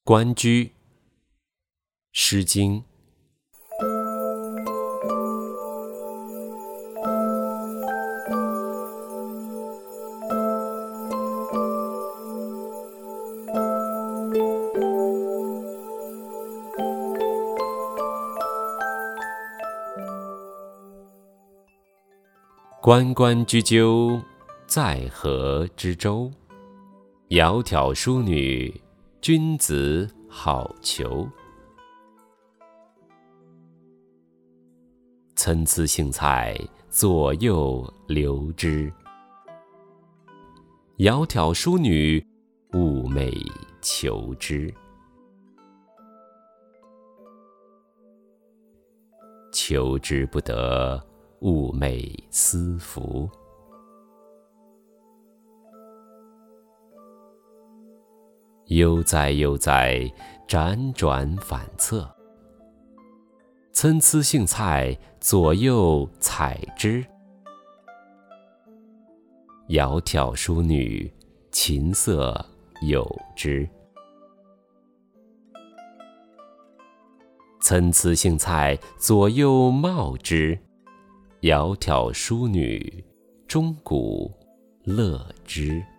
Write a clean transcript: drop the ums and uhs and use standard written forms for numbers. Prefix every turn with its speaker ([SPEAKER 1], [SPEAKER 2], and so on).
[SPEAKER 1] 关雎，诗经。关关雎鸠，在河之洲。窈窕淑女，君子好逑。参差荇菜，左右流之。窈窕淑女，寤寐求之。求之不得，寤寐思服。悠哉悠哉，辗转反侧。参差荇菜，左右采之。窈窕淑女，琴瑟友之。参差荇菜，左右芼之。窈窕淑女，钟鼓乐之。